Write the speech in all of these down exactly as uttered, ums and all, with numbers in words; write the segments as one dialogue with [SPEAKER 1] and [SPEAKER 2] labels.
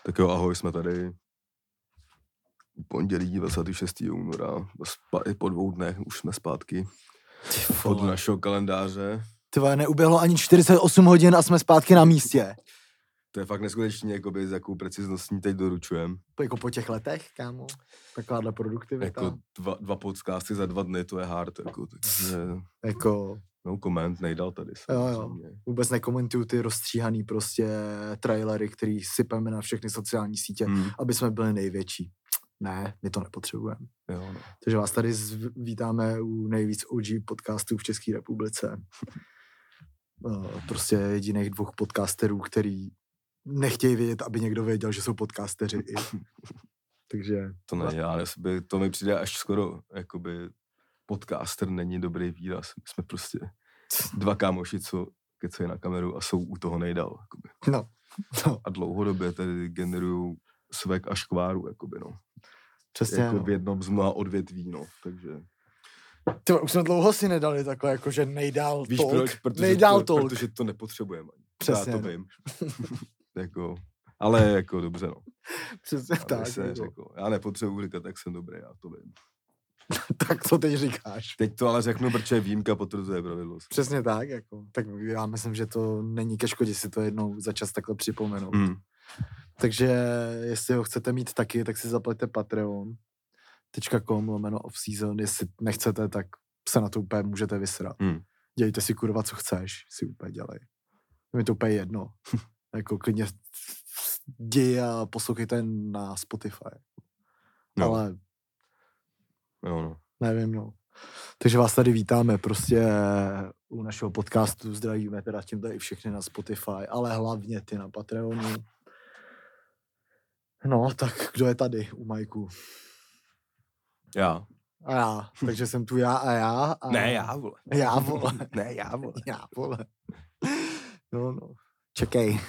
[SPEAKER 1] Tak jo, ahoj, jsme tady pondělí dvacátého šestého února, po dvou dnech už jsme zpátky od našeho kalendáře.
[SPEAKER 2] Ty vole, neuběhlo ani čtyřicet osm hodin a jsme zpátky na místě.
[SPEAKER 1] To je fakt neskutečně, jakoby, s jakou precizností teď doručujem.
[SPEAKER 2] Jako po těch letech, kámo? Takováhle produktivita.
[SPEAKER 1] Jako dva, dva podcasty za dva dny, to je hard, jako, takže...
[SPEAKER 2] Jako...
[SPEAKER 1] No koment nejdal tady.
[SPEAKER 2] Jo, jo. Vůbec nekomentuju ty rozstříhaný prostě trailery, který sypeme na všechny sociální sítě, hmm. aby jsme byli největší. Ne, my to nepotřebujeme.
[SPEAKER 1] Jo, no.
[SPEAKER 2] Takže vás tady zv- vítáme u nejvíc O G podcastů v České republice. Prostě jediných dvou podcasterů, který nechtějí vědět, aby někdo věděl, že jsou podcasteři. Takže...
[SPEAKER 1] To ne, já, to mi přijde až skoro, jakoby podcaster není dobrý výraz. My jsme prostě dva kámoši, co kecají na kameru a jsou u toho nejdál. Jakoby.
[SPEAKER 2] No, no.
[SPEAKER 1] A dlouhodobě tady generují svek a škváru, jakoby, no.
[SPEAKER 2] Přesně,
[SPEAKER 1] jako
[SPEAKER 2] no.
[SPEAKER 1] v jednom z mnoha odvětví, no, takže...
[SPEAKER 2] Tyba, už jsme dlouho si nedali takhle, jakože nejdál
[SPEAKER 1] Víš
[SPEAKER 2] talk.
[SPEAKER 1] proč? Protože
[SPEAKER 2] nejdál
[SPEAKER 1] to,
[SPEAKER 2] talk.
[SPEAKER 1] protože to nepotřebujeme.
[SPEAKER 2] Přesně.
[SPEAKER 1] Já to vím. jako, ale jako dobře, no.
[SPEAKER 2] Přesně
[SPEAKER 1] Aby
[SPEAKER 2] tak.
[SPEAKER 1] Se
[SPEAKER 2] jako.
[SPEAKER 1] řekl. Já nepotřebuji říkat, jak jsem dobrý, já to vím.
[SPEAKER 2] Tak to teď říkáš.
[SPEAKER 1] Teď to ale řeknu, protože výjimka potvrzuje pravidlo.
[SPEAKER 2] Přesně tak, jako. Tak já myslím, že to není ke škodě si to jednou za čas takhle připomenout.
[SPEAKER 1] Mm.
[SPEAKER 2] Takže jestli ho chcete mít taky, tak si zaplaťte patreon tečka com lomeno off-season. Jestli nechcete, tak se na to úplně můžete vysrat.
[SPEAKER 1] Mm. Dějte
[SPEAKER 2] si kurva, co chceš, si úplně dělej. Mi to úplně jedno. Jako klidně děj a poslouchejte na Spotify.
[SPEAKER 1] No.
[SPEAKER 2] Ale
[SPEAKER 1] jo, no.
[SPEAKER 2] nevím, no. Takže vás tady vítáme prostě u našeho podcastu, zdravíme teda tím tady všechny na Spotify, ale hlavně ty na Patreonu. No, tak kdo je tady u Majku?
[SPEAKER 1] Já.
[SPEAKER 2] A já, takže jsem tu já a já. A...
[SPEAKER 1] Ne, já, vole.
[SPEAKER 2] Já, vole.
[SPEAKER 1] ne, já, vole.
[SPEAKER 2] Já, vole. No, no. Čekej.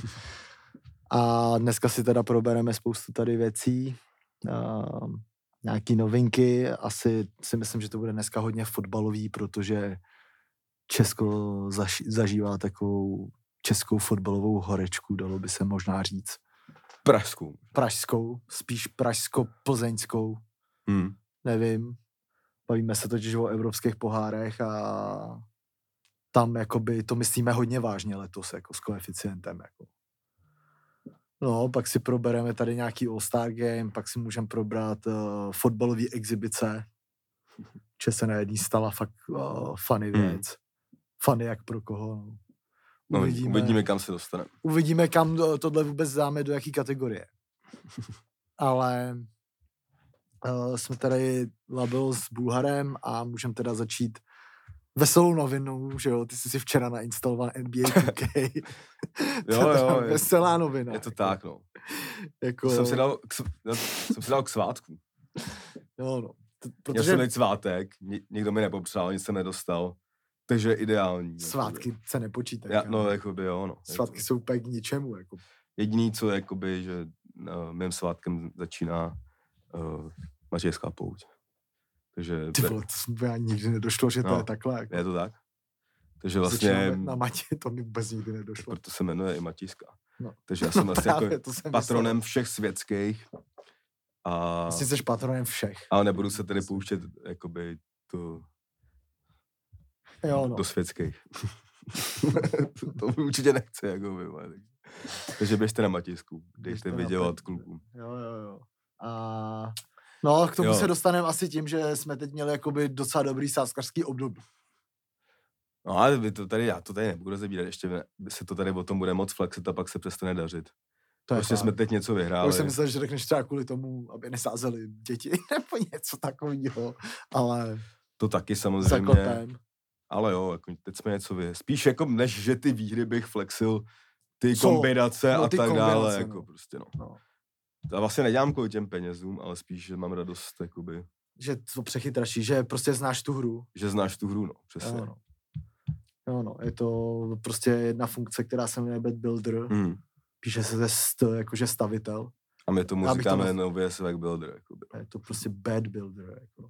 [SPEAKER 2] A dneska si teda probereme spoustu tady věcí. Uh, nějaký novinky. Asi si myslím, že to bude dneska hodně fotbalový, protože Česko zaž- zažívá takovou českou fotbalovou horečku, dalo by se možná říct.
[SPEAKER 1] Pražskou.
[SPEAKER 2] Pražskou, spíš pražsko-plzeňskou.
[SPEAKER 1] Hmm.
[SPEAKER 2] Nevím. Bavíme se totiž o evropských pohárech a tam jakoby to myslíme hodně vážně letos, jako s koeficientem. Jako. No, pak si probereme tady nějaký All-Star Game, pak si můžeme probrat uh, fotbalový exibice, že se na jedný stala fakt uh, funny věc. Hmm. Funny jak pro koho.
[SPEAKER 1] No. Uvidíme, no, uvidíme, kam se dostaneme.
[SPEAKER 2] Uvidíme, kam tohle vůbec dáme, do jaký kategorie. Ale uh, jsme tady labil s Bulharem a můžeme teda začít veselou novinou, že jo, ty jsi si včera nainstaloval N B A two K.
[SPEAKER 1] jo, jo.
[SPEAKER 2] Veselá
[SPEAKER 1] je,
[SPEAKER 2] novina.
[SPEAKER 1] Je to jako. Tak, no.
[SPEAKER 2] Jako...
[SPEAKER 1] Jsem si dal k, no, jsem si dal k svátku.
[SPEAKER 2] Jo, no.
[SPEAKER 1] T- protože... Já jsem teď svátek, někdo mi nepopřál, nic jsem nedostal, takže je ideální.
[SPEAKER 2] Svátky
[SPEAKER 1] jakoby.
[SPEAKER 2] Se nepočítají.
[SPEAKER 1] Já, no, jakoby jo, no.
[SPEAKER 2] Svátky
[SPEAKER 1] jako...
[SPEAKER 2] jsou úplně k ničemu, jako.
[SPEAKER 1] Jediný, co je, jakoby, že uh, mým svátkem začíná uh, Matějská pouť. Takže...
[SPEAKER 2] Ty vole, to jsem ani nikdy nedošlo, že to no, je takhle. Jako.
[SPEAKER 1] Je to tak. Takže vlastně...
[SPEAKER 2] Začínáme na Matě, to mi vůbec nikdy nedošlo.
[SPEAKER 1] Proto se jmenuje i Matějská.
[SPEAKER 2] No.
[SPEAKER 1] Takže já jsem
[SPEAKER 2] no
[SPEAKER 1] vlastně
[SPEAKER 2] právě,
[SPEAKER 1] jako
[SPEAKER 2] jsem
[SPEAKER 1] patronem
[SPEAKER 2] myslel.
[SPEAKER 1] všech světských. A...
[SPEAKER 2] Vlastně jsi patronem všech.
[SPEAKER 1] Ale nebudu se tedy pouštět, jakoby, to...
[SPEAKER 2] Jo, no.
[SPEAKER 1] Do světských. to určitě nechci, jako by, takže běžte na Matějsku, dejte vydělat klukům.
[SPEAKER 2] Jo, jo, jo. A... No, k tomu jo. se dostaneme asi tím, že jsme teď měli jakoby docela dobrý sázkařský období.
[SPEAKER 1] No, ale vy to tady, já to tady nebudu rozebírat, ještě ne, se to tady o tom bude moc flexit a pak se přestane dařit. To prostě jsme teď něco vyhráli.
[SPEAKER 2] Už jsem myslel, že řekneš třeba kvůli tomu, aby nesázeli děti nebo něco takového, ale...
[SPEAKER 1] To taky samozřejmě.
[SPEAKER 2] Zaklepem.
[SPEAKER 1] Ale jo, jako teď jsme něco vy. Spíš jako než, že ty výhry bych flexil, ty Co? kombinace no, ty a tak kombinace, dále, no. Jako prostě no. no. Já vlastně nedělám kvůli těm penězům, ale spíš, že mám radost, jakoby.
[SPEAKER 2] Že to přechytraší, že prostě znáš tu hru.
[SPEAKER 1] Že znáš tu hru, no, přesně.
[SPEAKER 2] Jo, no. Jo, no, je to prostě jedna funkce, která se jmenuje Bet Builder. Mm. Píše se st, jakože stavitel.
[SPEAKER 1] A my tomu Já říkáme to nově Swag Builder, jakoby.
[SPEAKER 2] Je to prostě Bad Builder, jako.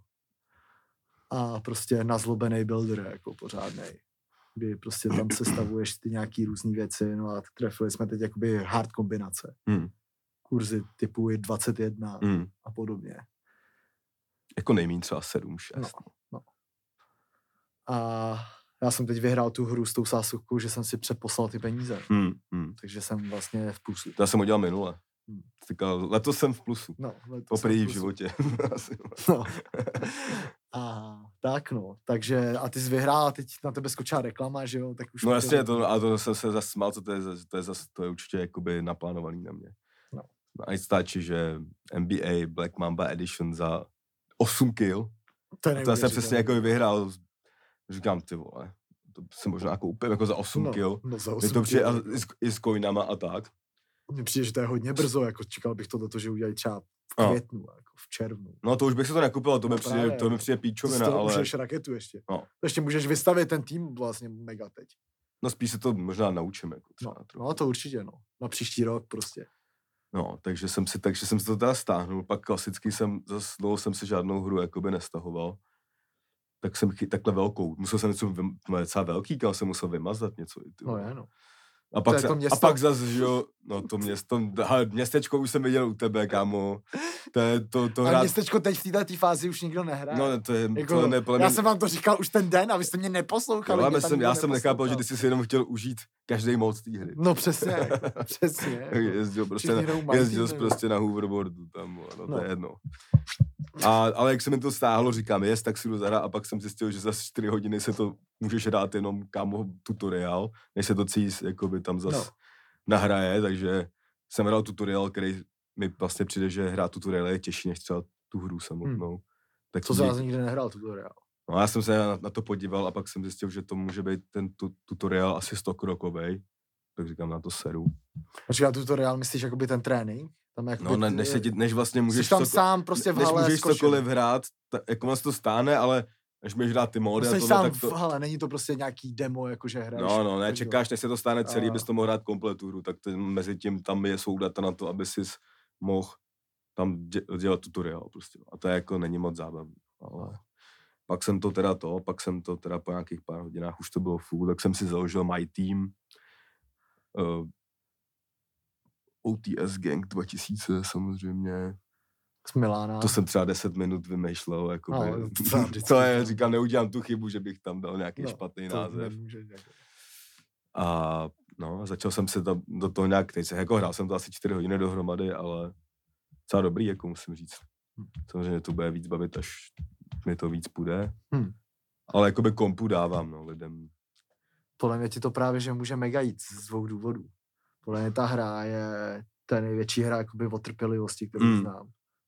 [SPEAKER 2] A prostě nazlobený builder, jako pořádnej. Kdy prostě tam sestavuješ ty nějaký různý věci, no a trefili jsme teď jakoby hard kombinace. Hmm. kurzy typu i dvacet jedna
[SPEAKER 1] mm.
[SPEAKER 2] a podobně.
[SPEAKER 1] Jako nejmín třeba sedm šest.
[SPEAKER 2] No, no. A já jsem teď vyhrál tu hru s tou sásovkou, že jsem si přeposlal ty peníze.
[SPEAKER 1] Mm, mm.
[SPEAKER 2] Takže jsem vlastně v plusu.
[SPEAKER 1] To já jsem udělal minule.
[SPEAKER 2] Hmm.
[SPEAKER 1] Říkal, letos jsem v plusu.
[SPEAKER 2] No,
[SPEAKER 1] poprvé v životě.
[SPEAKER 2] No. A tak no, takže a ty jsi vyhrál a teď na tebe skočila reklama, že jo? Tak už
[SPEAKER 1] no jasně, to, a to jsem se zase smál, co to je, to je, zase, to je určitě jakoby naplánovaný na mě.
[SPEAKER 2] No.
[SPEAKER 1] A stačí, že N B A Black Mamba Edition za osm kill. To, to já jsem přesně jako vyhrál. Říkám, ty vole, to jsem možná jako úplně jako za osm
[SPEAKER 2] no,
[SPEAKER 1] kill.
[SPEAKER 2] No za osm
[SPEAKER 1] to přijde
[SPEAKER 2] kill.
[SPEAKER 1] I, i s coinama a tak.
[SPEAKER 2] Mně přijde, že to je hodně brzo, jako čekal bych to do toho, že udělají třeba v květnu, no. jako v červnu.
[SPEAKER 1] No to už bych se to nekupil, to, no, mi, přijde, to mi přijde píčovina, ale...
[SPEAKER 2] Z můžeš raketu ještě.
[SPEAKER 1] No.
[SPEAKER 2] To ještě můžeš vystavit ten tým vlastně mega teď.
[SPEAKER 1] No spíš se to možná naučím. Jako
[SPEAKER 2] třeba no, no to určitě, no. Na příští rok prostě.
[SPEAKER 1] No, takže jsem si, takže jsem si to teda stáhnul, pak klasicky jsem, zase dlouho jsem si žádnou hru jakoby nestahoval. Tak jsem chy, takhle velkou, musel jsem něco, vym, docela velký, kam jsem musel vymazat něco. Ty,
[SPEAKER 2] no je, no.
[SPEAKER 1] A pak, se, a pak zase, že jo, no to město, městečko už jsem viděl u tebe, kámo. To je to, to
[SPEAKER 2] a
[SPEAKER 1] hrát...
[SPEAKER 2] městečko teď v této fázi už nikdo nehraje.
[SPEAKER 1] No to je,
[SPEAKER 2] jako,
[SPEAKER 1] to ne,
[SPEAKER 2] já mě... jsem vám to říkal už ten den a vy jste mě neposlouchali.
[SPEAKER 1] Jo,
[SPEAKER 2] mě
[SPEAKER 1] jsem, já jsem nechápal, že ty jsi si jenom chtěl užít každý moc té hry.
[SPEAKER 2] No přesně, přesně.
[SPEAKER 1] jezdil prostě na, jezdil jsi prostě na hoverboardu tam, no, no. To je jedno. A, ale jak se mi to stáhlo, říkám, jest, tak si jdu zahrát a pak jsem zjistil, že za čtyři hodiny se to můžeš hrát jenom kámo tutoriál, než se to cís, jakoby tam zas no. nahraje, takže jsem hrál tutoriál, který mi vlastně přijde, že hrát tutoriál je těžší, než třeba tu hru samotnou. Hmm.
[SPEAKER 2] Tak to jsem nikdy nehrál tutoriál.
[SPEAKER 1] No já jsem se na, na to podíval a pak jsem zjistil, že to může být ten tu, tutoriál asi stokrokovej, tak říkám, na to seru.
[SPEAKER 2] Počkej, tutoriál myslíš jakoby ten trénink? Tam jako
[SPEAKER 1] no, ne, než, se ti, než vlastně můžeš...
[SPEAKER 2] Jsi tam cokoliv, sám prostě v hale
[SPEAKER 1] než můžeš cokoliv hrát, ta, jako vás to stáne, ale než můžeš hrát ty módy...
[SPEAKER 2] Jsi
[SPEAKER 1] a tohle,
[SPEAKER 2] sám
[SPEAKER 1] tak to...
[SPEAKER 2] v hale, není to prostě nějaký demo, jakože hraješ...
[SPEAKER 1] No, no, ne, čekáš, než se to stane celý, a... bys to mohl hrát kompletu hru, tak ten, mezi tím tam je, jsou data na to, aby jsi mohl tam dě, dělat tutoriál prostě. A to je jako není moc zábavný, ale... Pak jsem to teda to, pak jsem to teda po nějakých pár hodinách, už to bylo full, tak jsem si založil My Team, uh, O T S Gang dva tisíce samozřejmě.
[SPEAKER 2] Z Milána.
[SPEAKER 1] To jsem třeba deset minut vymýšlel, jakoby.
[SPEAKER 2] No, to,
[SPEAKER 1] to je, říkám, neudělám tu chybu, že bych tam dal nějaký no, špatný název. A no, začal jsem se tam do toho nějak, teď se jako hrál jsem to asi čtyři hodiny dohromady, ale docela dobrý, jako musím říct. Hmm. Samozřejmě to bude víc bavit, až mi to víc půjde. Hmm. Ale jakoby kompu dávám, no, lidem.
[SPEAKER 2] Podle mě ti to právě, že může mega jít z dvou důvodů. Podle mě ta hra je ta největší hra jakoby o trpělivosti, kterou mm. znám.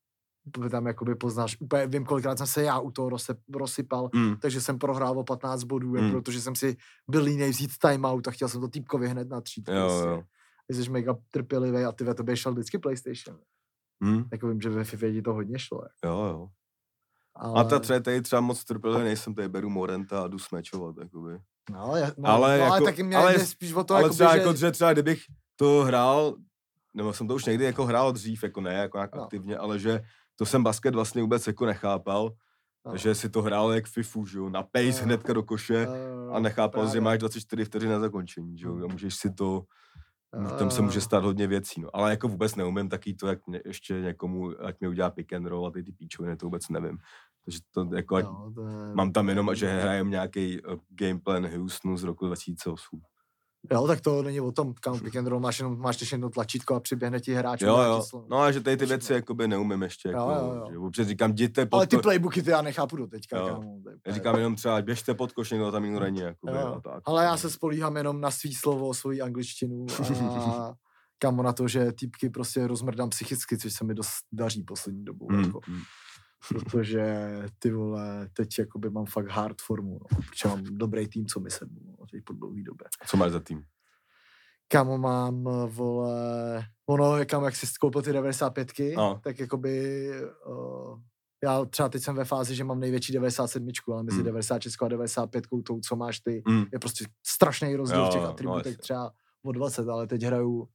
[SPEAKER 2] Tam jakoby poznáš, úplně vím, kolikrát jsem se já u toho rozsypal, mm. takže jsem prohrál o patnáct bodů, mm. protože jsem si byl línej vzít timeout a chtěl jsem to týpkovi hned natřít.
[SPEAKER 1] Jo, jo.
[SPEAKER 2] Jsi mega trpělivý a ty ve tobě šel vždycky PlayStation.
[SPEAKER 1] Mm.
[SPEAKER 2] Jako vím, že ve FIFA to hodně šlo.
[SPEAKER 1] Jo, jo. Ale... A ta třeba tady třeba moc trpělivý nejsem, tady beru Morenta a jdu smečovat, jakoby.
[SPEAKER 2] No, já, no,
[SPEAKER 1] ale,
[SPEAKER 2] no,
[SPEAKER 1] jako,
[SPEAKER 2] ale taky mě
[SPEAKER 1] ale,
[SPEAKER 2] jde spíš o to,
[SPEAKER 1] ale
[SPEAKER 2] jakoby,
[SPEAKER 1] třeba,
[SPEAKER 2] že...
[SPEAKER 1] jako, že třeba kdybych to hrál, nebo jsem to už někdy jako hrál dřív, jako ne jako nějak no. aktivně, ale že to jsem basket vlastně vůbec jako nechápal, no. že si to hrál jak Fifu, že jo, na pace no. hnedka do koše no. a nechápal, právě. Že máš dvacet čtyři vteřin na zakončení, že jo, a můžeš si to, no. tam se může stát hodně věcí, no, ale jako vůbec neumím taky to, jak mě, ještě někomu, ať mi udělá pick and roll a ty ty píčoviny, to vůbec nevím. Takže to jako, no, to je... mám tam jenom, že hrajem nějaký uh, gameplan Houstonu z roku dva tisíce osm.
[SPEAKER 2] Jo, tak to není o tom, kam pick and roll, máš jenom, máš ještě jedno tlačítko a přiběhne ti hráč.
[SPEAKER 1] Jo, jo, no a že tady ty věci jakoby neumím ještě, jako, jo, jo, jo. Že občas říkám, jděte pod...
[SPEAKER 2] Ale ty playbooky ty já nechápu do teďka.
[SPEAKER 1] Jo. Kámo, já říkám jenom třeba, běžte pod koš, někdo tam nikdo není, jakoby, a tak.
[SPEAKER 2] Ale já se spolíhám jenom na svý slovo, svoji angličtinu a kamo na to, že týpky prostě rozmrdám psychicky, což se mi dost daří poslední dobou, mm, jako. Mm. Protože ty vole, teď jakoby mám fakt hard formu, no, protože mám dobrý tým, co mi sednu, no, teď po dlouhý době.
[SPEAKER 1] Co máš za tým?
[SPEAKER 2] Kamo mám, vole, ono, kam, jak jsi koupil ty devadesát pětky, no. tak jakoby, uh, já třeba teď jsem ve fázi, že mám největší devadesát sedm, ale mezi mm. devadesát šest a devadesát pět tou, co máš ty, mm. je prostě strašný rozdíl jo, v těch atributech, no, třeba o dvacet, ale teď hraju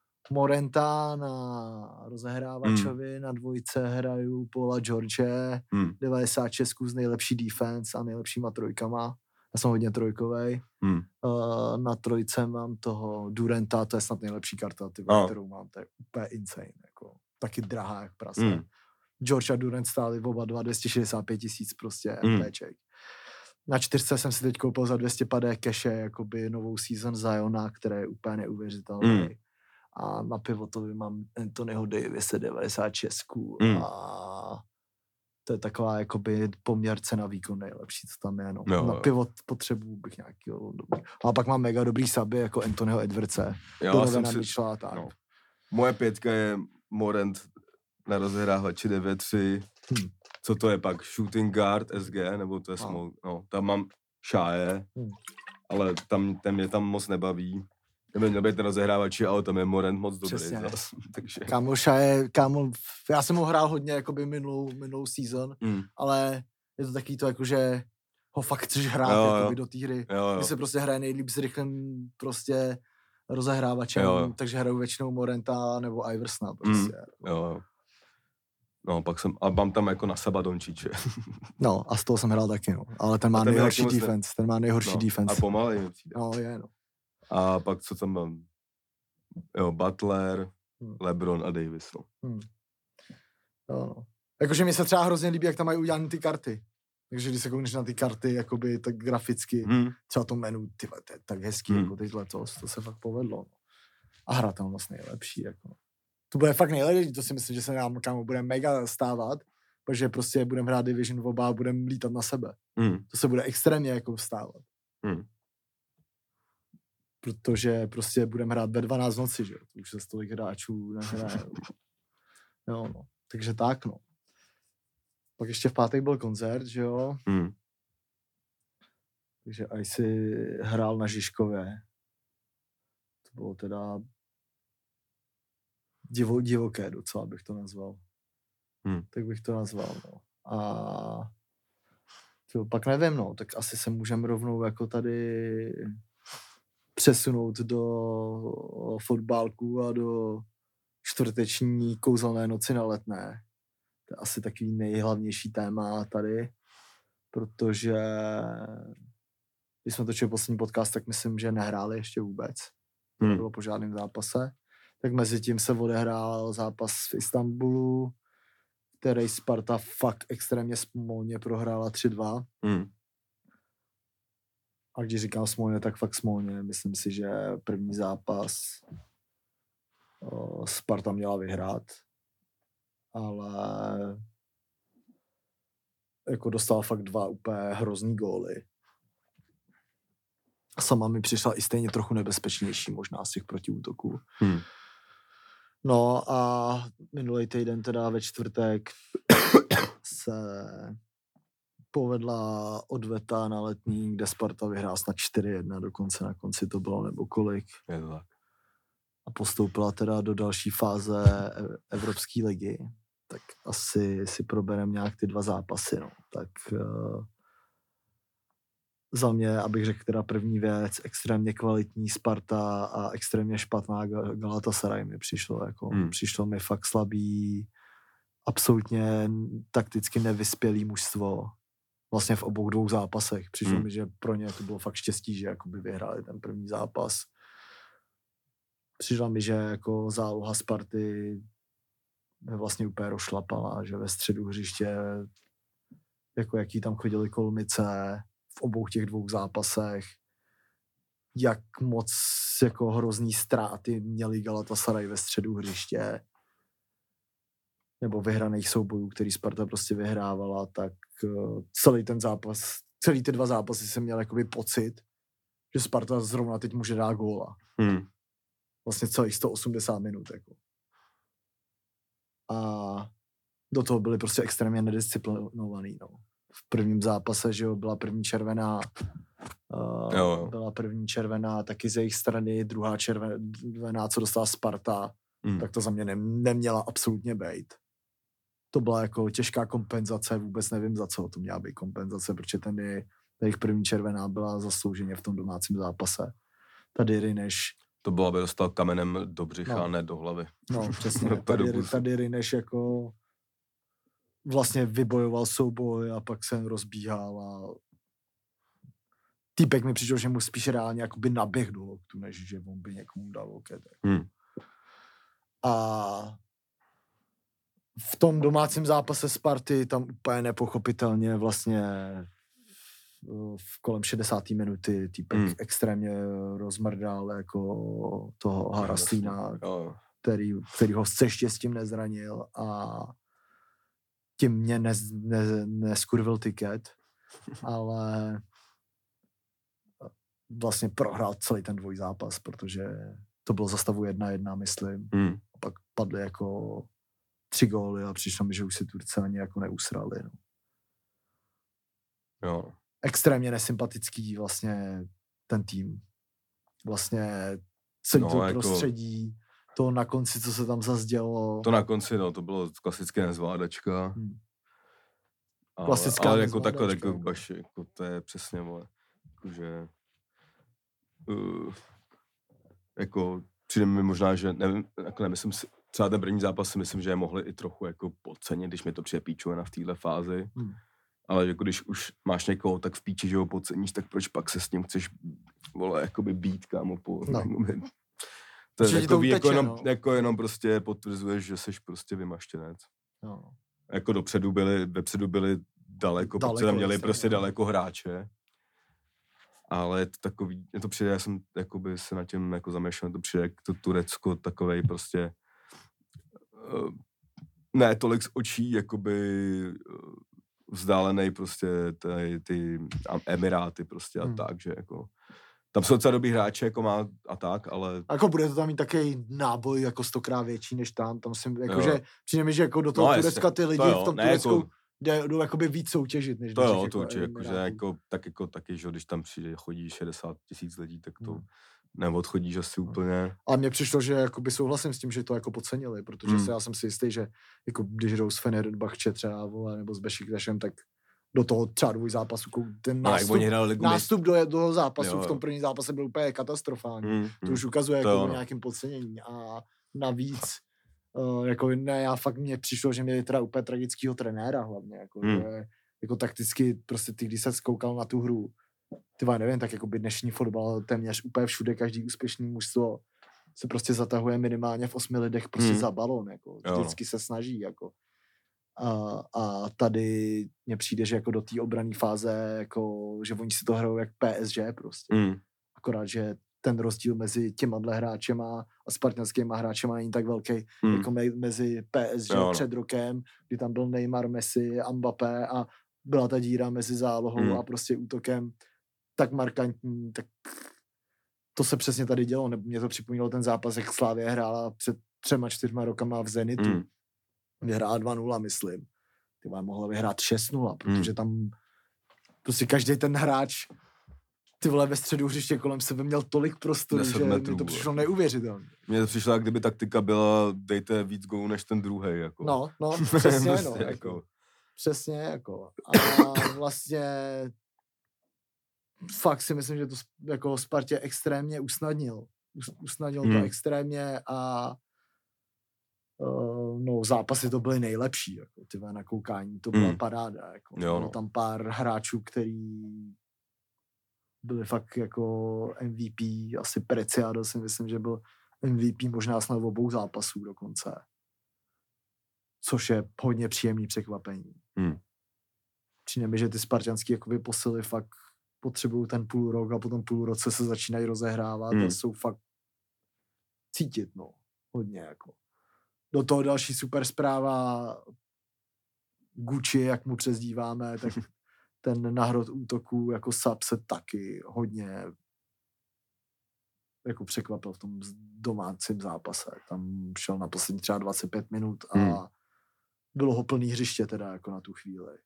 [SPEAKER 2] Morenta na rozehrávačovi, hmm. na dvojce hraju Paula George, hmm. devadesát šest z nejlepší defense a nejlepšíma trojkama. Já jsem hodně trojkovej. Hmm. Uh, na trojce mám toho Duranta, to je snad nejlepší karta, ty, no. kterou mám, to je úplně insane. Jako. taky drahá jak prase.
[SPEAKER 1] Mm.
[SPEAKER 2] George a Durant stáli oba dva dvě stě šedesát pět tisíc prostě
[SPEAKER 1] Mm.
[SPEAKER 2] MPček. Na čtyřce jsem si teď koupil za dvě stě padesát keše jakoby novou season Ziona, která je úplně neuvěřitelný. Mm. A na pivotovi mám Anthonyho Davise devadesát šest mm. a to je taková jakoby poměr cena výkon nejlepší, co tam je. No.
[SPEAKER 1] Jo,
[SPEAKER 2] na
[SPEAKER 1] jo.
[SPEAKER 2] pivot potřebuji bych nějakýho dobrý. A pak mám mega dobrý saby jako Anthonyho Edwardse,
[SPEAKER 1] Já
[SPEAKER 2] Donovana
[SPEAKER 1] si...
[SPEAKER 2] Mitchella a tak.
[SPEAKER 1] No. Moje pětka je Morant na rozehrávači devět tři. Hmm. Co to je pak? Shooting guard S G? Nebo to je small? No. no, tam mám Šáje, hmm. ale tam, ten mě tam moc nebaví. Tam by měl být ten rozehrávači, ale tam je Morant moc dobrý. Zas, takže...
[SPEAKER 2] Kámo Šáje, kámo, já jsem ho hrál hodně jakoby minulou, minulou season, hmm. ale je to taky to jako, že ho fakt chceš hrát jo, jakoby, jo. do té hry. Kdy se prostě hraje nejlíp s rychlým prostě rozehrávačem, jo, jo. takže hraju většinou Moranta nebo Iversona prostě.
[SPEAKER 1] Mm, jo, jo. No, pak jsem, a mám tam jako na Saba Dončiče.
[SPEAKER 2] No, a z toho jsem hrál taky, no. Ale ten má ten nejhorší defense, ten má nejhorší
[SPEAKER 1] no,
[SPEAKER 2] defense.
[SPEAKER 1] A pomalej mi přijde.
[SPEAKER 2] No, je, no.
[SPEAKER 1] A pak co tam mám? Jo, Butler, hmm. LeBron a Davis, no.
[SPEAKER 2] Hmm. No, no. Jakože mi se třeba hrozně líbí, jak tam mají udělané ty karty. Takže když se koukneš na ty karty, jakoby tak graficky, hmm. třeba to menu, ty to je tak hezký, hmm. jako teď letos, to se fakt povedlo. No. A hra tam vlastně nejlepší, jako. To bude fakt nejlepší, to si myslím, že se nám kámo bude mega stávat, protože prostě budeme hrát Division oba a budeme lítat na sebe. Hmm. To se bude extrémně jako stávat. Hmm. Protože prostě budeme hrát ve dvanáct noci, že jo, to už se stolik hráčů nehraje. Jo, no, takže tak, no. Pak ještě v pátek byl koncert, že jo. Hmm. Takže aj si hrál na Žižkově. To bylo teda divo, divoké docela, bych to nazval. Hmm. Tak bych to nazval, no. A to, pak nevím, no, tak asi se můžeme rovnou jako tady přesunout do fotbálku a do čtvrteční kouzelné noci na Letné. To je asi takový nejhlavnější téma tady, protože když jsme točili poslední podcast, tak myslím, že nehráli ještě vůbec. Hmm. Nebylo po žádném zápase. Tak mezi tím se odehrál zápas v Istanbulu, který Sparta fakt extrémně smolně prohrála tři dva. Hmm. A když říkám smolně, tak fakt smolně. Myslím si, že první zápas o, Sparta měla vyhrát, ale jako dostala fakt dva úplně hrozný góly. A sama mi přišla i stejně trochu nebezpečnější možná z těch protiútoků. Hmm. No a minulý týden teda ve čtvrtek se povedla odveta na Letní, kde Sparta vyhrá snad čtyři jedna, dokonce na konci to bylo, nebo kolik.
[SPEAKER 1] Je to tak.
[SPEAKER 2] A postoupila teda do další fáze Evropské ligy. Tak asi si probereme nějak ty dva zápasy, no. Tak uh, za mě, abych řekl teda první věc, extrémně kvalitní Sparta a extrémně špatná Galatasaray mi přišlo, jako hmm. přišlo mi fakt slabý, absolutně takticky nevyspělý mužstvo. Vlastně v obou dvou zápasech. Přišlo hmm. mi, že pro ně to bylo fakt štěstí, že jakoby vyhráli ten první zápas. Přišlo mi, že jako záloha Sparty vlastně úplně rozšlapala, že ve středu hřiště jako jaký tam chodili kolmice v obou těch dvou zápasech, jak moc jako hrozný ztráty měli Galatasaray ve středu hřiště nebo vyhraných soubojů, který Sparta prostě vyhrávala, tak uh, celý ten zápas, celý ty dva zápasy jsem měl jakoby pocit, že Sparta zrovna teď může dát góla. Hmm. Vlastně celých sto osmdesát minut. Jako. A do toho byli prostě extrémně nedisciplinovaný. No. V prvním zápase, že jo, byla první červená, uh, jo, jo. byla první červená taky z jejich strany, druhá červená, co dostala Sparta, hmm. tak to za mě ne, neměla absolutně bejt. To byla jako těžká kompenzace, vůbec nevím, za co to měla být kompenzace, protože ten jejich první červená byla zaslouženě v tom domácím zápase. Tady Rineš...
[SPEAKER 1] To bylo, aby dostal kamenem do břicha,
[SPEAKER 2] no.
[SPEAKER 1] ne do hlavy.
[SPEAKER 2] No, přesně. Tady, tady Rineš jako vlastně vybojoval souboj a pak se rozbíhal a týpek mi přišel, že mu spíš reálně jakoby naběh do loktu, než že on by někomu dal loket. Hmm. A v tom domácím zápase Sparty tam úplně nepochopitelně vlastně v kolem šedesáté minuty týpek mm. extrémně rozmrdal jako toho Harasína, který, který ho se štěstím nezranil a tím mě ne, ne, neskurvil tiket, ale vlastně prohrál celý ten dvojzápas, protože to bylo za stavu jedna jedna, myslím. Mm. A pak padly jako tři góly a přišlo mi, že už si Turci ani jako neusrali. No.
[SPEAKER 1] Jo.
[SPEAKER 2] Extrémně nesympatický vlastně ten tým. Vlastně celý
[SPEAKER 1] no,
[SPEAKER 2] to
[SPEAKER 1] jako...
[SPEAKER 2] prostředí, to na konci, co se tam zase dělo.
[SPEAKER 1] To na konci, no, to bylo klasické nezvládačka. Hmm. Ale,
[SPEAKER 2] Klasická
[SPEAKER 1] ale jako takhle, jako, jako, baš, jako to je přesně, vole, jakože uh, jako přijde mi možná, že nevím, jako nemyslím si, třeba ten první zápas si myslím, že je mohli i trochu jako podcenit, když mi to přijde píčovina v téhle fázi. Hmm. Ale jako když už máš někoho tak v píči, že ho podceníš, tak proč pak se s ním chceš, vole, jakoby být, kámo, po no. moment. To je jako, to uteče, jako, jenom, no. jako jenom prostě potvrzuješ, že jsi prostě vymaštěnec. No. Jako dopředu byli, vepředu byli daleko, daleko protože tam měli prostě no. daleko hráče. Ale je to takový, je to přijde, já jsem jakoby se na tím jako zamešlel, to přijde to Turecko takovej prostě uh, ne tolik z očí, jakoby uh, vzdálený prostě ty, ty Emiráty prostě a hmm. tak, že jako tam jsou docela dobrý hráče, jako má a tak, ale...
[SPEAKER 2] Jako bude to tam mít takový náboj jako stokrát větší než tam, tam si, jako že přijde mi, že jako do toho no, Turecka ty lidi to v tom ne, Turecku jako, jdou jakoby víc soutěžit, než
[SPEAKER 1] to jo,
[SPEAKER 2] jako
[SPEAKER 1] to určitě, jako, že jako, tak jako taky, že když tam přijde, chodí šedesát tisíc lidí, tak to hmm. neodchodíš asi úplně.
[SPEAKER 2] A mně přišlo, že jakoby souhlasím s tím, že to jako podcenili, protože hmm. se, já jsem si jistý, že jako když jdou s Fenerbahče třeba, vole, nebo s Bešiktašem, tak do toho třeba dvoj zápasu, ten nástup, no, nástup do toho zápasu jo, v tom prvním zápase byl úplně katastrofální. Mm, to už ukazuje to jako o nějakým podcenění. A navíc, uh, jako ne, já fakt mně přišlo, že měli teda úplně tragického trenéra hlavně, jako, mm. že, jako takticky prostě ty, když se zkoukal na tu hru, ty nevím, tak jako by dnešní fotbal téměř úplně všude, každý úspěšný mužstvo se prostě zatahuje minimálně v osmi lidech prostě mm. za balón, jako, vždycky jo. se snaží, jako. A, a tady mně přijde, že jako do té obranné fáze, jako, že oni si to hrajou jak P S G prostě. Mm. Akorát, že ten rozdíl mezi těma hráčema a spartanskýma hráčema není tak velký, mm. jako me, mezi P S G jo, no. před rokem, kdy tam byl Neymar, Messi a Mbappé a byla ta díra mezi zálohou mm. a prostě útokem tak markantní, tak to se přesně tady dělo. Mě to připomínalo ten zápas, jak Slavia hrála před třema, čtyřma rokama v Zenitu. Mm. Vyhrála dva nula, myslím. Ty vole, mohla vyhrát šest nula, protože tam prostě každý ten hráč ty vole ve středu hřiště kolem sebe měl tolik prostoru, že metrů, mi to přišlo neuvěřitelné.
[SPEAKER 1] Mně to přišlo, jak kdyby taktika byla dejte víc gólů než ten druhej, jako.
[SPEAKER 2] No, no, přesně, no. Jako, jako. Přesně, jako. A vlastně fakt si myslím, že to jako Spartě extrémně usnadnil. Usnadnil hmm. to extrémně a Uh, no, zápasy to byly nejlepší, jako, tyhle na koukání, to byla mm. paráda, jako, jo, no. Bylo tam pár hráčů, který byli fakt jako M V P, asi Preciado si myslím, že byl M V P možná snad obou zápasů dokonce, což je hodně příjemný překvapení. Mm. Přijde mi, že ty spartanský jakoby posily fakt potřebují ten půl rok a potom půl roce se začínají rozehrávat mm. a jsou fakt cítit, no, hodně, jako. Do toho další super zpráva Gucci, jak mu přezdíváme, tak ten nahrod útoku jako Sab se taky hodně jako překvapil v tom domácím zápase. Tam šel na poslední třeba dvacet pět minut a hmm. bylo ho plný hřiště teda jako na tu chvíli.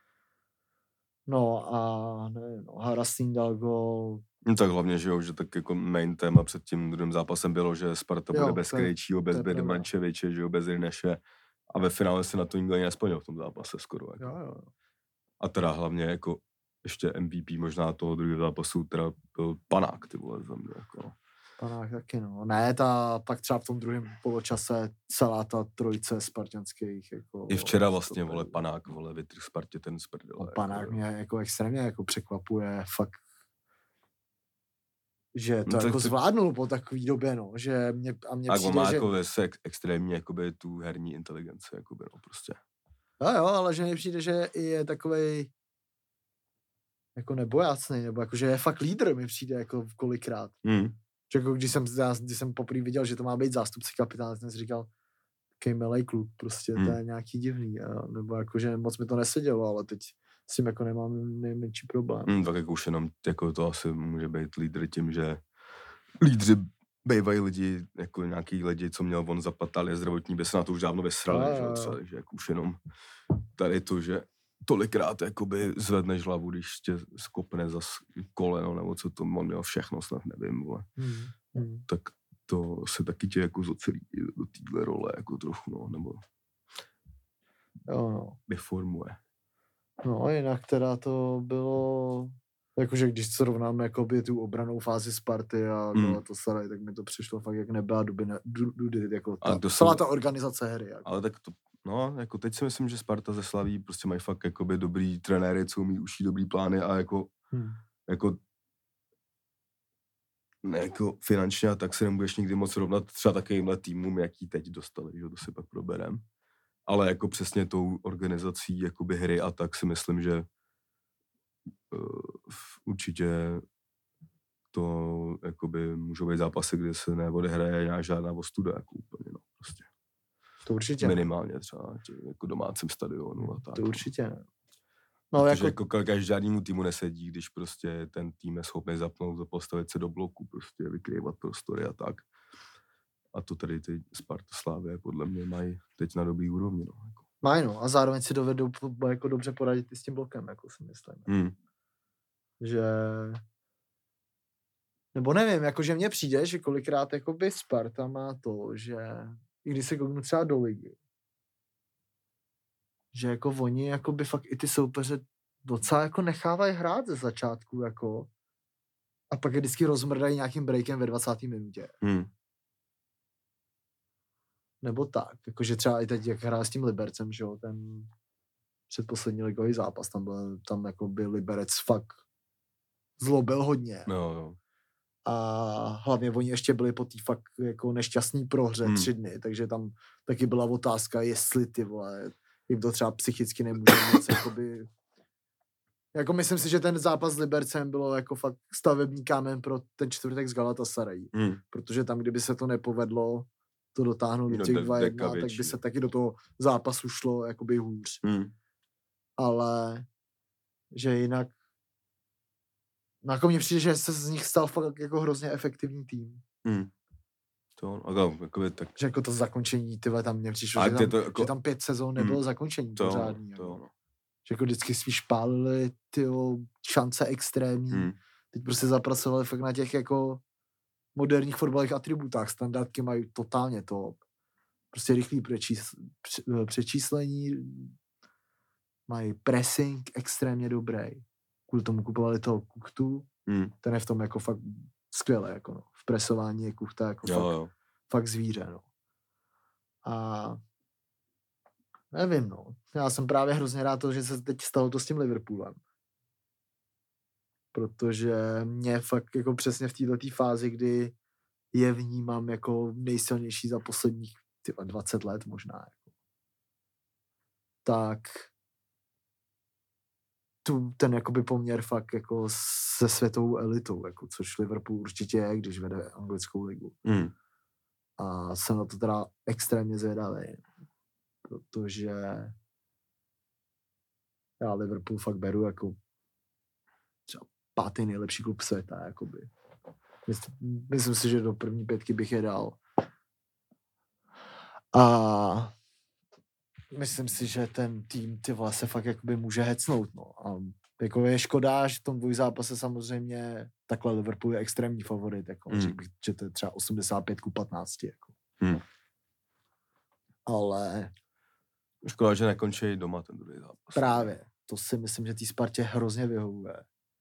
[SPEAKER 2] No a nevím, no, Harasín dal gól.
[SPEAKER 1] No tak hlavně, že jo, že tak jako main téma před tím druhým zápasem bylo, že Sparta jo, bude bez Krejčího, bez Bedmančeviče, že jo, bez Ryneše a ve finále se na to nikdo ani nesplnil v tom zápase skoro. Jako.
[SPEAKER 2] Jo, jo.
[SPEAKER 1] A teda hlavně jako ještě M V P možná toho druhého zápasu teda byl Panák, ty vole, za mě, jako.
[SPEAKER 2] Panák taky, no. Ne, ta pak třeba v tom druhém poločase celá ta trojice spartanských, jako...
[SPEAKER 1] I včera vlastně, vole, Panák, vole, vytrh Spartě ten z prdele.
[SPEAKER 2] Panák jako, mě jako extrémně jako překvapuje, fakt že to
[SPEAKER 1] no,
[SPEAKER 2] jako
[SPEAKER 1] to...
[SPEAKER 2] zvládnul po takový době, no, že mě, a mně
[SPEAKER 1] a
[SPEAKER 2] přijde,
[SPEAKER 1] má
[SPEAKER 2] že...
[SPEAKER 1] jako ex, extrémně jakoby tu herní inteligenci, jakoby, no, prostě.
[SPEAKER 2] No jo, ale že mi přijde, že je takovej jako nebojácnej, nebo jako, že je fakt lídr, mi přijde jako kolikrát.
[SPEAKER 1] Mm.
[SPEAKER 2] Že jako když jsem, když jsem poprvé viděl, že to má být zástupce kapitána, jsem si říkal, taký milej kluk, prostě mm. to je nějaký divný, a, nebo jako, že moc mi to nesedělo, ale teď s tím jako nemám nejmenší problém.
[SPEAKER 1] Mm, tak jako už jenom jako to asi může být lídr tím, že lídři bývají lidi, jako nějaký lidi, co měl on zapatal, je zdravotní, by se na to už dávno vysrali, že jo, takže jako už jenom tady to, že tolikrát jakoby zvedneš hlavu, když tě skopne za koleno, nebo co to, on měl všechno, snad nevím, vole.
[SPEAKER 2] Hmm. Hmm.
[SPEAKER 1] Tak to se taky tě jako zocelí do téhle role, jako trochu, no, nebo
[SPEAKER 2] jo, no.
[SPEAKER 1] deformuje.
[SPEAKER 2] No, jinak teda to bylo, jakože když srovnáme jakoby tu obranou fázi Sparty a mm. Galatasaray, tak mi to přišlo fakt jak nebyla duby, ne, dudy, jako ta, celá ta organizace hry. Jako.
[SPEAKER 1] Ale tak to, no, jako teď si myslím, že Sparta ze Slaví prostě mají fakt jakoby dobrý trenéry, co umí uší dobrý plány a jako, hmm. jako ne, jako finančně a tak se nemůžeš nikdy moc rovnat třeba takovýmhle týmům, jaký teď dostali, že to si pak proberem. Ale jako přesně tou organizací jakoby hry a tak si myslím, že uh, určitě to jakoby můžou být zápasy, kde se neodehraje nějak žádná ostuda, jako úplně, no, prostě.
[SPEAKER 2] To určitě.
[SPEAKER 1] Minimálně třeba tě, jako domácím stadionu a tak.
[SPEAKER 2] To určitě ne.
[SPEAKER 1] No, protože jako, jako každému týmu nesedí, když prostě ten tým je schopný zapnout a postavit se do bloku, prostě vykrývat prostory a tak. A to tady ty Sparta Slávie podle mě mají teď na dobrý úrovni. No, jako.
[SPEAKER 2] Mají, no. A zároveň si dovedou jako dobře poradit i s tím blokem, jako si myslím.
[SPEAKER 1] Hmm.
[SPEAKER 2] Že... Nebo nevím, jakože mně přijde, že kolikrát jakoby Sparta má to, že i když se kouknu třeba do ligy, že jako oni jakoby fakt i ty soupeře docela jako nechávají hrát ze začátku, jako a pak je vždycky rozmrdají nějakým breakem ve dvacáté minutě.
[SPEAKER 1] Hmm.
[SPEAKER 2] Nebo tak, jakože třeba i teď, jak hrál s tím Libercem, že jo, ten předposlední ligový zápas, tam byl, tam jako byl Liberec fakt zlobil hodně.
[SPEAKER 1] No, no.
[SPEAKER 2] A hlavně oni ještě byli po té fakt jako nešťastný prohře hmm. tři dny, takže tam taky byla otázka, jestli ty vole, jim to třeba psychicky nemůže moc, jakoby... Jako myslím si, že ten zápas s Libercem bylo jako fakt stavební kámen pro ten čtvrtek s Galatasaray, hmm. protože tam, kdyby se to nepovedlo to dotáhnout do těch dva jedna, tak by se taky do toho zápasu šlo jakoby hůř.
[SPEAKER 1] Hmm.
[SPEAKER 2] Ale že jinak no jako mně přijde, že se z nich stal fakt jako hrozně efektivní tým.
[SPEAKER 1] Hmm. To, jako, jako tak...
[SPEAKER 2] Že jako to zakončení, tyhle tam mě přišlo, že tam,
[SPEAKER 1] to, jako...
[SPEAKER 2] že tam pět sezón nebylo hmm. zakončení
[SPEAKER 1] to,
[SPEAKER 2] pořádný.
[SPEAKER 1] To,
[SPEAKER 2] jako.
[SPEAKER 1] no.
[SPEAKER 2] Že jako vždycky svý špálili tyjo, šance extrémní. Hmm. Teď prostě zapracovali fakt na těch jako moderních fotbalových atributách. Standardky mají totálně top. Prostě rychlý přečís, přečíslení, mají pressing extrémně dobrý. Kvůli tomu kupovali toho Kuchtu, hmm. ten je v tom jako fakt skvěle, jako no. V presování je Kuchta jako
[SPEAKER 1] jo,
[SPEAKER 2] fakt,
[SPEAKER 1] jo.
[SPEAKER 2] fakt zvíře, no. A nevím, no. Já jsem právě hrozně rád to, že se teď stalo to s tím Liverpoolem. Protože mě fakt jako přesně v této fázi, kdy je vnímám jako nejsilnější za posledních tyhle, dvacet let možná. Jako. Tak tu, ten jakoby poměr fakt jako se světovou elitou, jako, což Liverpool určitě je, když vede anglickou ligu.
[SPEAKER 1] Mm.
[SPEAKER 2] A jsem na to teda extrémně zvědavý, protože já Liverpool fakt beru jako třeba pátý nejlepší klub světa, jakoby. Myslím, myslím si, že do první pětky bych je dal. A myslím si, že ten tým ty vole se fakt jakoby může hecnout, no. A jako je škoda, že v tom dvojzápase samozřejmě takhle Liverpool je extrémní favorit, jako mm. řekl bych, že to je třeba osmdesát pět ku patnácti, jako.
[SPEAKER 1] Mm.
[SPEAKER 2] Ale
[SPEAKER 1] škoda, že nekončí doma ten druhý zápas.
[SPEAKER 2] Právě. To si myslím, že tý Spartě hrozně vyhovuje.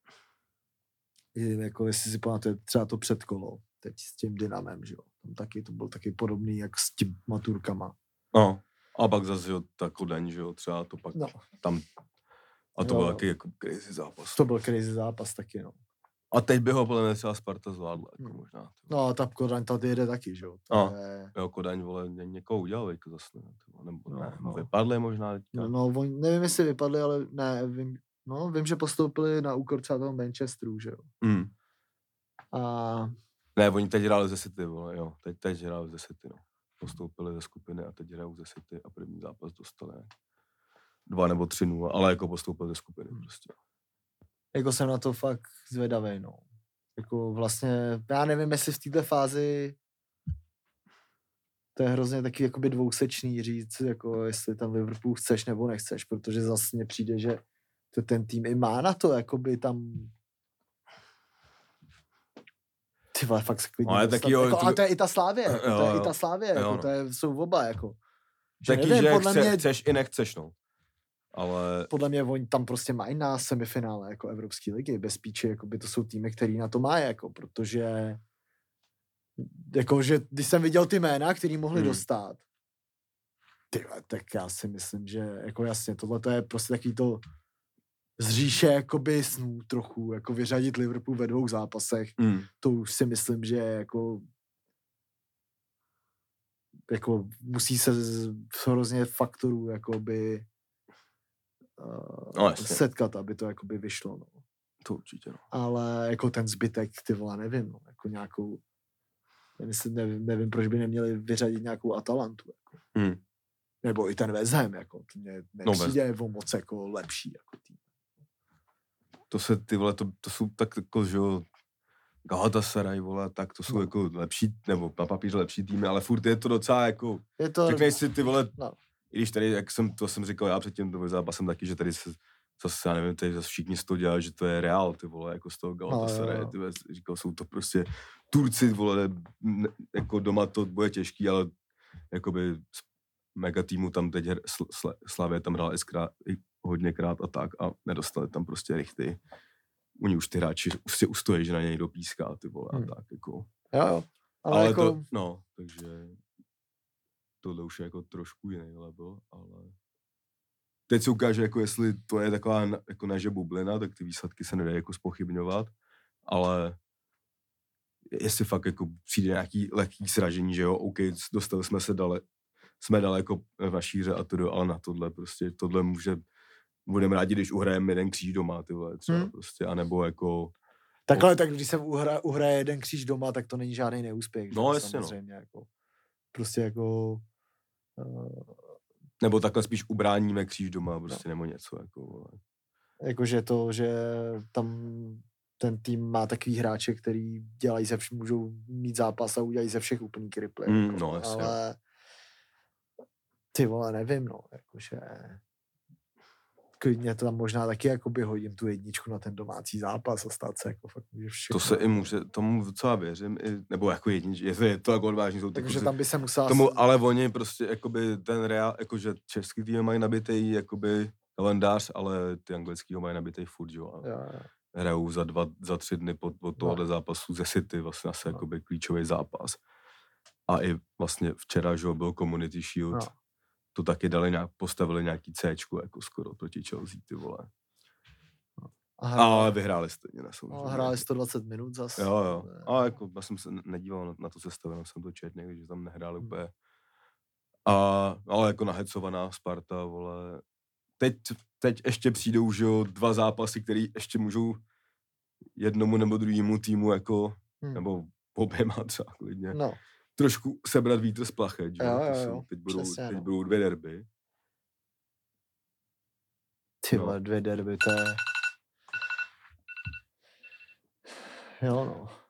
[SPEAKER 2] Jako jestli si pamatuje třeba to předkolo, teď s tím Dynamem, že jo. Tam taky, to byl taky podobný, jak s těma Turkama.
[SPEAKER 1] No. A pak zase, jo, ta Kodaň, že jo, třeba to pak
[SPEAKER 2] no.
[SPEAKER 1] tam. A to
[SPEAKER 2] jo,
[SPEAKER 1] byl taky jako crazy zápas.
[SPEAKER 2] To byl crazy zápas taky, no.
[SPEAKER 1] A teď by ho podle mě třeba Sparta zvládla, jako
[SPEAKER 2] hmm.
[SPEAKER 1] možná.
[SPEAKER 2] No a ta Kodaň tady jede taky, že jo.
[SPEAKER 1] No,
[SPEAKER 2] je...
[SPEAKER 1] jo, Kodaň, vole, ně, někoho udělal, jako zase, nebo
[SPEAKER 2] no,
[SPEAKER 1] ne,
[SPEAKER 2] no.
[SPEAKER 1] vypadli možná teďka.
[SPEAKER 2] No, no, on, nevím, jestli vypadli, ale ne, vím, no, vím, že postoupili na úkor třeba toho Manchesteru, že jo.
[SPEAKER 1] Mm.
[SPEAKER 2] A...
[SPEAKER 1] Ne, oni teď hráli ze City, vole, jo, teď, teď hráli ze City, no. Postoupili ze skupiny a teď hrajou ze City a první zápas dostali dva nebo tři nula, ale jako postoupili ze skupiny
[SPEAKER 2] Hmm.
[SPEAKER 1] prostě.
[SPEAKER 2] Jako jsem na to fakt zvědavej, no. Jako vlastně, já nevím, jestli v této fázi to je hrozně taky jakoby dvousečný říct, jako jestli tam Liverpool chceš nebo nechceš, protože zase mně přijde, že to ten tým i má na to, jakoby tam ty vole, fakt se klidně
[SPEAKER 1] ale taky jo,
[SPEAKER 2] jako,
[SPEAKER 1] to...
[SPEAKER 2] ale to je i ta Slávě,
[SPEAKER 1] jo,
[SPEAKER 2] to je
[SPEAKER 1] jo.
[SPEAKER 2] i ta Slávě, jako,
[SPEAKER 1] no.
[SPEAKER 2] to je, jsou oba, jako.
[SPEAKER 1] Že taky,
[SPEAKER 2] nevím,
[SPEAKER 1] že
[SPEAKER 2] podle
[SPEAKER 1] chce,
[SPEAKER 2] mě,
[SPEAKER 1] chceš i nechceš, no. Ale...
[SPEAKER 2] Podle mě oni tam prostě mají na semifinále jako Evropské ligy, bez píči, jakoby to jsou týmy, který na to má, jako, protože jako, že když jsem viděl ty jména, který mohli hmm. dostat, tyhle, tak já si myslím, že jako jasně, tohle to je prostě takový to z říše jakoby snů trochu, jako vyřadit Liverpool ve dvou zápasech,
[SPEAKER 1] hmm.
[SPEAKER 2] to už si myslím, že jako jako musí se z hrozně faktorů jakoby uh,
[SPEAKER 1] no,
[SPEAKER 2] setkat, aby to jakoby vyšlo, no.
[SPEAKER 1] To určitě, no.
[SPEAKER 2] Ale jako ten zbytek, ty vole, nevím, no, jako nějakou Myslím, nevím, nevím, proč by neměli vyřadit nějakou Atalantu. Jako.
[SPEAKER 1] Hmm.
[SPEAKER 2] Nebo i ten West Ham, jako. To mě nepřijde no, o moc jako lepší. Jako tým.
[SPEAKER 1] To se, ty vole, to, to jsou tak jako, že jo, Galatasaray, vole, tak to jsou no. jako lepší, nebo na papíře lepší týmy, ale furt je to docela jako,
[SPEAKER 2] je to...
[SPEAKER 1] řeknej si, ty vole,
[SPEAKER 2] no.
[SPEAKER 1] i když tady, jak jsem, to jsem říkal já předtím tomu zápasem taky, že tady se, zase, já nevím, tady zase všichni z toho dělali, že to je Real, ty vole, jako z toho Galatasaray, no, ty vole, říkal, jsou to prostě Turci, vole, ne, jako doma to bude těžký, ale jakoby mega týmu tam teď sl, sl, Slavě tam hrál i hodněkrát a tak a nedostali tam prostě rychty. Oni už ty hráči prostě ustojí, že na něj dopíská, ty vole, hmm. a tak, jako.
[SPEAKER 2] Jo, jo. Ale,
[SPEAKER 1] ale
[SPEAKER 2] jako...
[SPEAKER 1] to, no, takže tohle už je jako trošku jiný level, ale teď se ukáže, jako jestli to je taková jako naše bublina, tak ty výsledky se nedají jako zpochybňovat, ale jestli fakt jako přijde nějaký lehký sražení, že jo, OK, dostali jsme se dale, jsme daleko v naší hře a to, ale na tohle prostě, tohle může, budeme rádi, když uhrajeme jeden kříž doma, ty vole, třeba hmm. prostě, anebo jako...
[SPEAKER 2] Takhle, tak když se uhra, uhraje jeden kříž doma, tak to není žádný neúspěch.
[SPEAKER 1] No, jasně,
[SPEAKER 2] samozřejmě, no. Jako, prostě jako... Uh...
[SPEAKER 1] Nebo takhle spíš ubráníme kříž doma, prostě, no. nebo něco, jako...
[SPEAKER 2] Jakože to, že tam ten tým má takový hráče, který dělají ze všech, můžou mít zápas a udělají ze všech úplný kriple.
[SPEAKER 1] Mm,
[SPEAKER 2] jako,
[SPEAKER 1] no, jasně.
[SPEAKER 2] Ale ty vole, nevím, no, jakože klidně to tam možná taky jakoby hodím tu jedničku na ten domácí zápas a stát se jako fakt může všechno.
[SPEAKER 1] To se i může, tomu docela věřím, i, nebo jako jedničku, jestli je to jako odvážný. Jsou
[SPEAKER 2] takže tam by se musela...
[SPEAKER 1] Tomu, ale oni prostě, jakoby ten reál, jakože český tým mají nabitej, jakoby kalendář, ale ty anglický mají nabitej furt, jo. Hrajou za dva, za tři dny po, po tohohle no. zápasu ze City, vlastně asi no. jakoby klíčový zápas. A i vlastně včera, že byl Community Shield, no. to taky dali nějak, postavili nějaký Cčku, jako skoro proti Chelsea, ty vole.
[SPEAKER 2] A
[SPEAKER 1] ale vyhráli stejně, ne?
[SPEAKER 2] A hráli sto dvacet minut zase.
[SPEAKER 1] Jo, jo. A jako, já jsem se nedíval na, na to sestavu, jsem to čet někdy, že tam nehráli hmm. úplně. A, ale jako nahecovaná Sparta, vole. Teď, teď ještě přijdou, že jo, dva zápasy, které ještě můžou jednomu nebo druhému týmu, jako, hmm. nebo oběma třeba klidně,
[SPEAKER 2] no.
[SPEAKER 1] trošku sebrat vítr z plachet, že
[SPEAKER 2] jo, jo,
[SPEAKER 1] jo.
[SPEAKER 2] jo.
[SPEAKER 1] Teď, budou,
[SPEAKER 2] Přesně,
[SPEAKER 1] teď
[SPEAKER 2] no.
[SPEAKER 1] budou dvě derby.
[SPEAKER 2] Ty no. dvě derby, to je... Jo, no.